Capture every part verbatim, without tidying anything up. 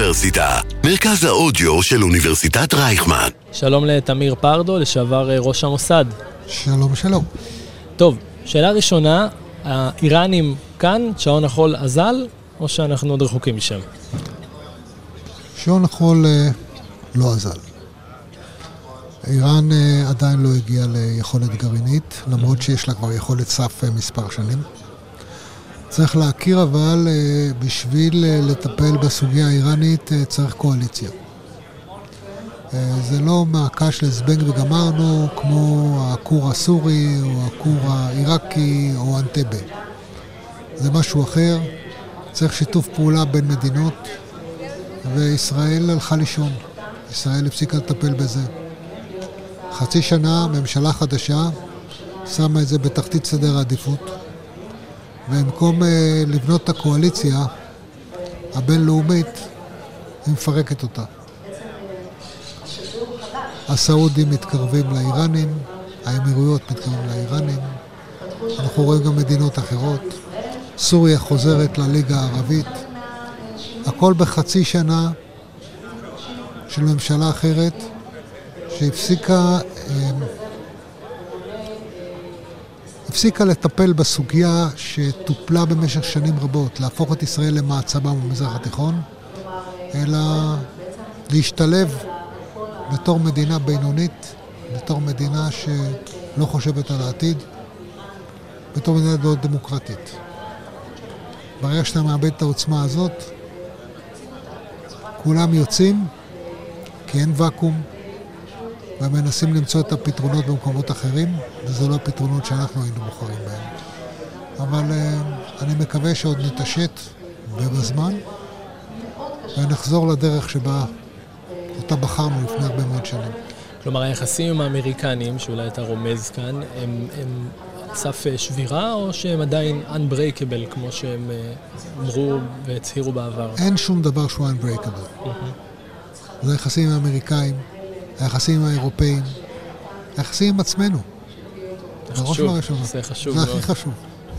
האוניברסיטה, מרכז האודיו של אוניברסיטת רייכמן. שלום לתמיר פרדו, לשעבר ראש המוסד. שלום, שלום. טוב, שאלה ראשונה, האיראנים כאן, שעון החול אזל, או שאנחנו עוד רחוקים משם? שעון החול לא אזל. איראן עדיין לא הגיעה ליכולת גרעינית, למרות שיש לה כבר יכולת סף מספר שנים. צריך להכיר, אבל בשביל לטפל בסוגיה האיראנית צריך קואליציה. זה לא מעקש לזבנג וגמרנו, כמו הכור הסורי או הכור העיראקי או אנטבה. זה משהו אחר, צריך שיתוף פעולה בין מדינות, וישראל הלכה לישון. ישראל הפסיקה לטפל בזה. חצי שנה, ממשלה חדשה, שמה את זה בתחתית סדר העדיפות, ובמקום לבנות את הקואליציה הבינלאומית, היא מפרקת אותה. הסעודים מתקרבים לאיראנים, האמירויות מתקרבים לאיראנים, אנחנו רואים גם מדינות אחרות, סוריה חוזרת לליגה הערבית, הכל בחצי שנה של ממשלה אחרת שהפסיקה הפסיקה לטפל בסוגיה שטופלה במשך שנים רבות, להפוך את ישראל למעצמה במזרח התיכון, אלא להשתלב בתור מדינה בינונית, בתור מדינה שלא חושבת על העתיד, בתור מדינה לא דמוקרטית. ברגע שאתה מאבד את העוצמה הזאת, כולם יוצאים, כי אין ואקום, ומנסים למצוא את הפתרונות במקומות אחרים, וזה לא הפתרונות שאנחנו היינו בוחרים בהם. אבל uh, אני מקווה שעוד נתעשת בזמן, ונחזור לדרך שבה אותה בחרנו לפני הרבה מאוד שנים. כלומר, היחסים עם האמריקנים, שאולי אתה רומז כאן, הם, הם סף שבירה, או שהם עדיין unbreakable, כמו שהם אמרו והצהירו בעבר? אין שום דבר שהוא unbreakable. Mm-hmm. זה היחסים עם האמריקאים, היחסים עם האירופאים, היחסים עם עצמנו. זה חשוב, זה חשוב. זה הכי חשוב.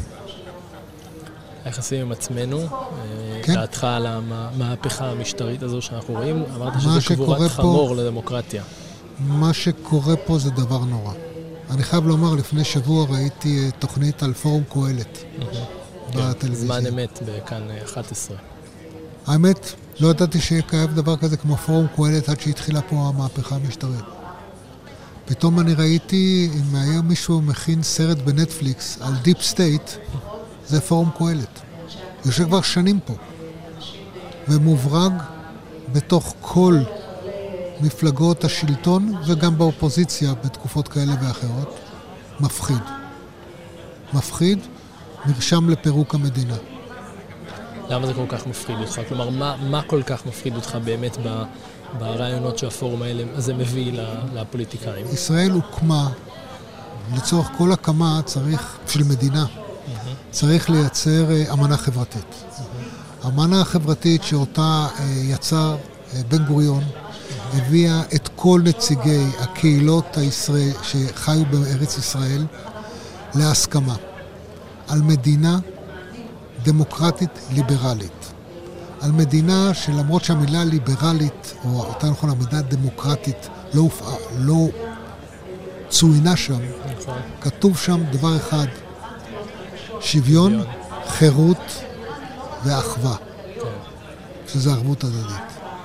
היחסים עם עצמנו, כן. דעתך על המהפכה המשטרית הזו שאנחנו רואים, אמרת שזה קבורת חמור פה, לדמוקרטיה. מה שקורה פה זה דבר נורא. אני חייב לומר, לפני שבוע ראיתי תוכנית על פורום קהלת mm-hmm. בטלוויזיה. זמן אמת בכאן אחת עשרה. האמת, לא ידעתי שיקייב דבר כזה כמו פורום קהלת עד שהתחילה פה המהפכה המשטרית. פתאום אני ראיתי, אם היה מישהו מכין סרט בנטפליקס על דיפ סטייט, זה פורום קהלת. יושב כבר שנים פה. ומוברג בתוך כל מפלגות השלטון וגם באופוזיציה בתקופות כאלה ואחרות. מפחיד. מפחיד, נרשם לפירוק המדינה. למה זה כל כך מפחיד אותך? כלומר, מה, מה כל כך מפחיד אותך באמת ב, ברעיונות שהפורום האלה, הזה מביא לפוליטיקאים? ישראל הוקמה, לצורך כל הקמה צריך, של מדינה, mm-hmm. צריך לייצר uh, אמנה חברתית. Mm-hmm. אמנה החברתית שאותה uh, יצר uh, בן גוריון, mm-hmm. הביאה את כל נציגי הקהילות הישראל, שחיו בארץ ישראל להסכמה על מדינה דמוקרטית ליברלית. על מדינה שלמרות שהמילה ליברלית, או אותה נכון, המילה דמוקרטית, לא, לא צוינה שם, נכון. כתוב שם דבר אחד, שוויון, שוויון. חירות ואחווה, כן. שזה ערבות הדדית.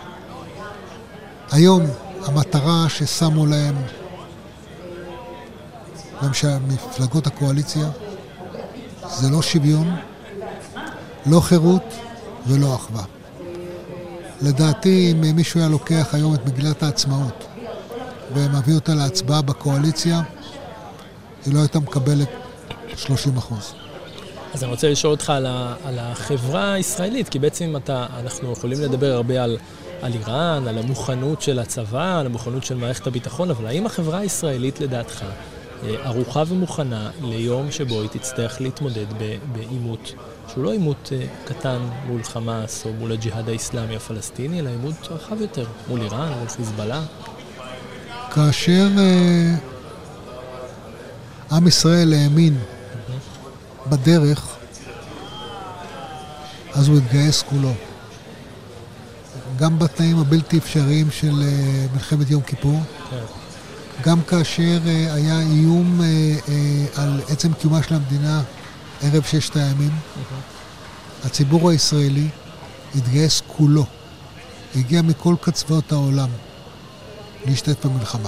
היום המטרה ששמו להם מפלגות הקואליציה, זה לא שוויון, לא חירות ולא אחווה. לדעתי, אם מישהו היה לוקח היום את מגילת העצמאות ומביא אותה להצבעה בקואליציה, היא לא הייתה מקבלת שלושים אחוז. אז אני רוצה לשאול אותך על, ה, על החברה הישראלית, כי בעצם אתה, אנחנו יכולים לדבר הרבה על, על איראן, על המוכנות של הצבא, על המוכנות של מערכת הביטחון, אבל האם החברה הישראלית לדעתך ערוכה ומוכנה ליום שבו היא תצטרך להתמודד בעימות, שהוא לא עימות קטן מול חמאס או מול הג'יהאד האסלאמי הפלסטיני, אלא עימות רחב יותר, מול איראן, מול חיזבאללה? כאשר אה, עם ישראל האמין mm-hmm. בדרך, אז הוא התגייס כולו. גם בתנאים הבלתי אפשריים של מלחמת יום כיפור, גם כאשר היה איום על עצם קיומה של המדינה ערב ששת הימים, הציבור הישראלי התגייס כולו, הגיע מכל קצוות העולם להשתתף במלחמה.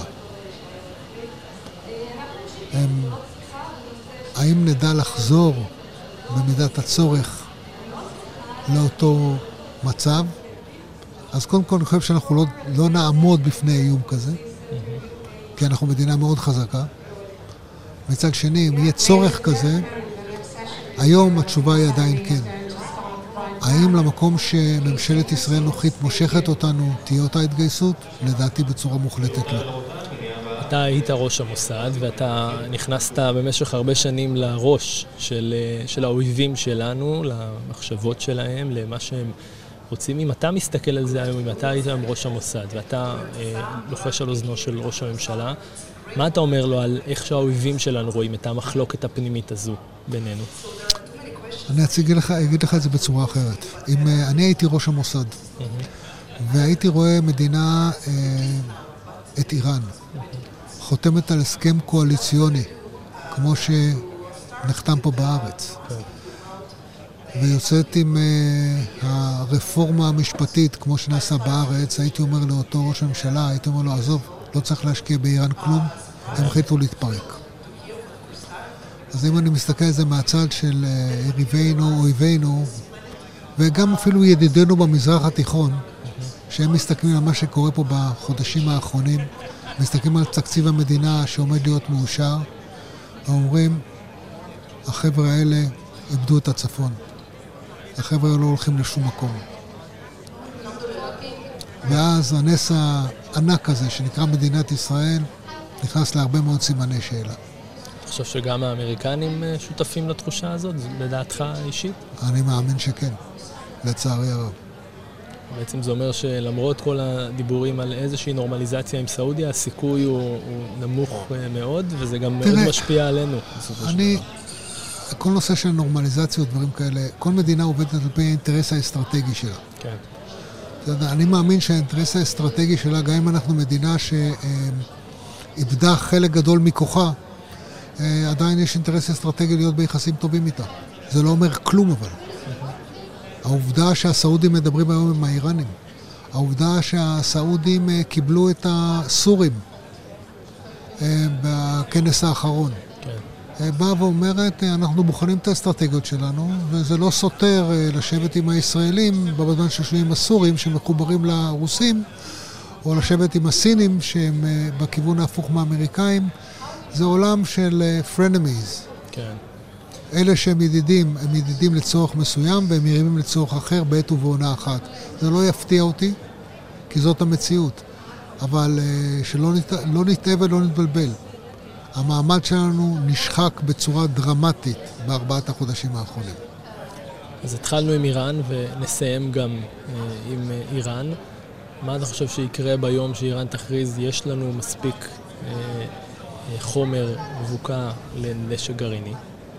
הם, האם נדע לחזור במידת הצורך לאותו מצב? אז קודם כל אני חושב שאנחנו לא, לא נעמוד בפני איום כזה, כי אנחנו מדינה מאוד חזקה. מצד שני, אם יהיה צורך כזה, היום התשובה היא עדיין כן. האם למקום שממשלת ישראל נוחית מושכת אותנו תהיה אותה התגייסות? לדעתי בצורה מוחלטת לא. אתה היית ראש המוסד ואתה נכנסת במשך הרבה שנים לראש של, של האויבים שלנו, למחשבות שלהם, למה שהם רוצים. אם אתה מסתכל על זה היום, אם אתה היית עם ראש המוסד ואתה אה, לוחש על אוזנו של ראש הממשלה, מה אתה אומר לו על איך שהאויבים שלנו רואים את המחלוקת הפנימית הזו בינינו? אני אציג לך, אגיד לך את זה בצורה אחרת. אם uh, אני הייתי ראש המוסד, mm-hmm. והייתי רואה מדינה, uh, את איראן, mm-hmm. חותמת על הסכם קואליציוני, כמו שנחתם פה בארץ, okay. ויוצאת עם uh, הרפורמה המשפטית, כמו שנעשה בארץ, הייתי אומר לאותו ראש הממשלה, הייתי אומר לו, עזוב, לא צריך להשקיע באיראן כלום, הם החליטו להתפרק. אז אם אני מסתכל על זה מהצד של יריבינו, אויבינו, וגם אפילו ידידינו במזרח התיכון, שהם מסתכלים על מה שקורה פה בחודשים האחרונים, מסתכלים על תקציב המדינה שעומד להיות מאושר, ואומרים, החבר'ה האלה איבדו את הצפון. החבר'ה האלה לא הולכים לשום מקום. ואז הנס הענק הזה, שנקרא מדינת ישראל, נכנס להרבה מאוד סימני שאלה. אתה חושב שגם האמריקנים שותפים לתחושה הזאת, לדעתך אישית? אני מאמין שכן, לצערי הרב. בעצם זה אומר שלמרות כל הדיבורים על איזושהי נורמליזציה עם סעודיה, הסיכוי הוא, הוא נמוך מאוד, וזה גם תראה, מאוד משפיע עלינו. אני, כל נושא של נורמליזציות, דברים כאלה, כל מדינה עובדת על פי האינטרס האסטרטגי שלה. כן. אני מאמין שהאינטרס האסטרטגי שלה, גם אם אנחנו מדינה שאיבדה חלק גדול מכוחה, עדיין יש אינטרס אסטרטגי להיות ביחסים טובים איתה. זה לא אומר כלום אבל. העובדה שהסעודים מדברים היום עם האיראנים, העובדה שהסעודים קיבלו את הסורים בכנס האחרון, באה ואומרת, אנחנו בוחנים את האסטרטגיות שלנו, וזה לא סותר לשבת עם הישראלים בזמן שיושבים עם הסורים שמחוברים לרוסים, או לשבת עם הסינים שהם בכיוון ההפוך מהאמריקאים. זה עולם של frenemies. כן. אלה שהם ידידים, הם ידידים לצורך מסוים, והם יריבים לצורך אחר בעת ובעונה אחת. זה לא יפתיע אותי, כי זאת המציאות. אבל שלא נת... לא נטעה ולא נתבלבל. המעמד שלנו נשחק בצורה דרמטית בארבעת החודשים האחרונים. אז התחלנו עם איראן ונסיים גם אה, עם אה, איראן. מה אתה חושב שיקרה ביום שאיראן תכריז, יש לנו מספיק אה, חומר מבוקע לנשק גרעיני?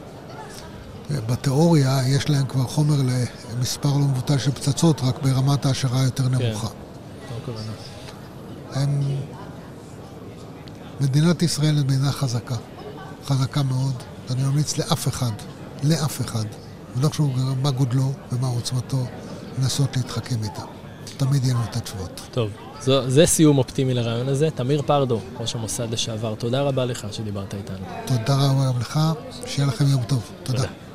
בתיאוריה יש להם כבר חומר למספר לא מבוטל של פצצות, רק ברמת ההשערה יותר נמוכה. כן, לא כוונה. הם... מדינת ישראל היא מדינה חזקה, חזקה מאוד. אני ממליץ לאף אחד, לאף אחד, ולא חשוב מה גודלו ומה עוצמתו, לנסות להתחכם איתה. תמיד יהיה לנו את התשובות. טוב. זו, זה סיום אופטימי לרעיון הזה. תמיר פרדו, ראש המוסד לשעבר, תודה רבה לך שדיברת איתנו. תודה רבה לך, שיהיה לכם יום טוב. תודה. תודה.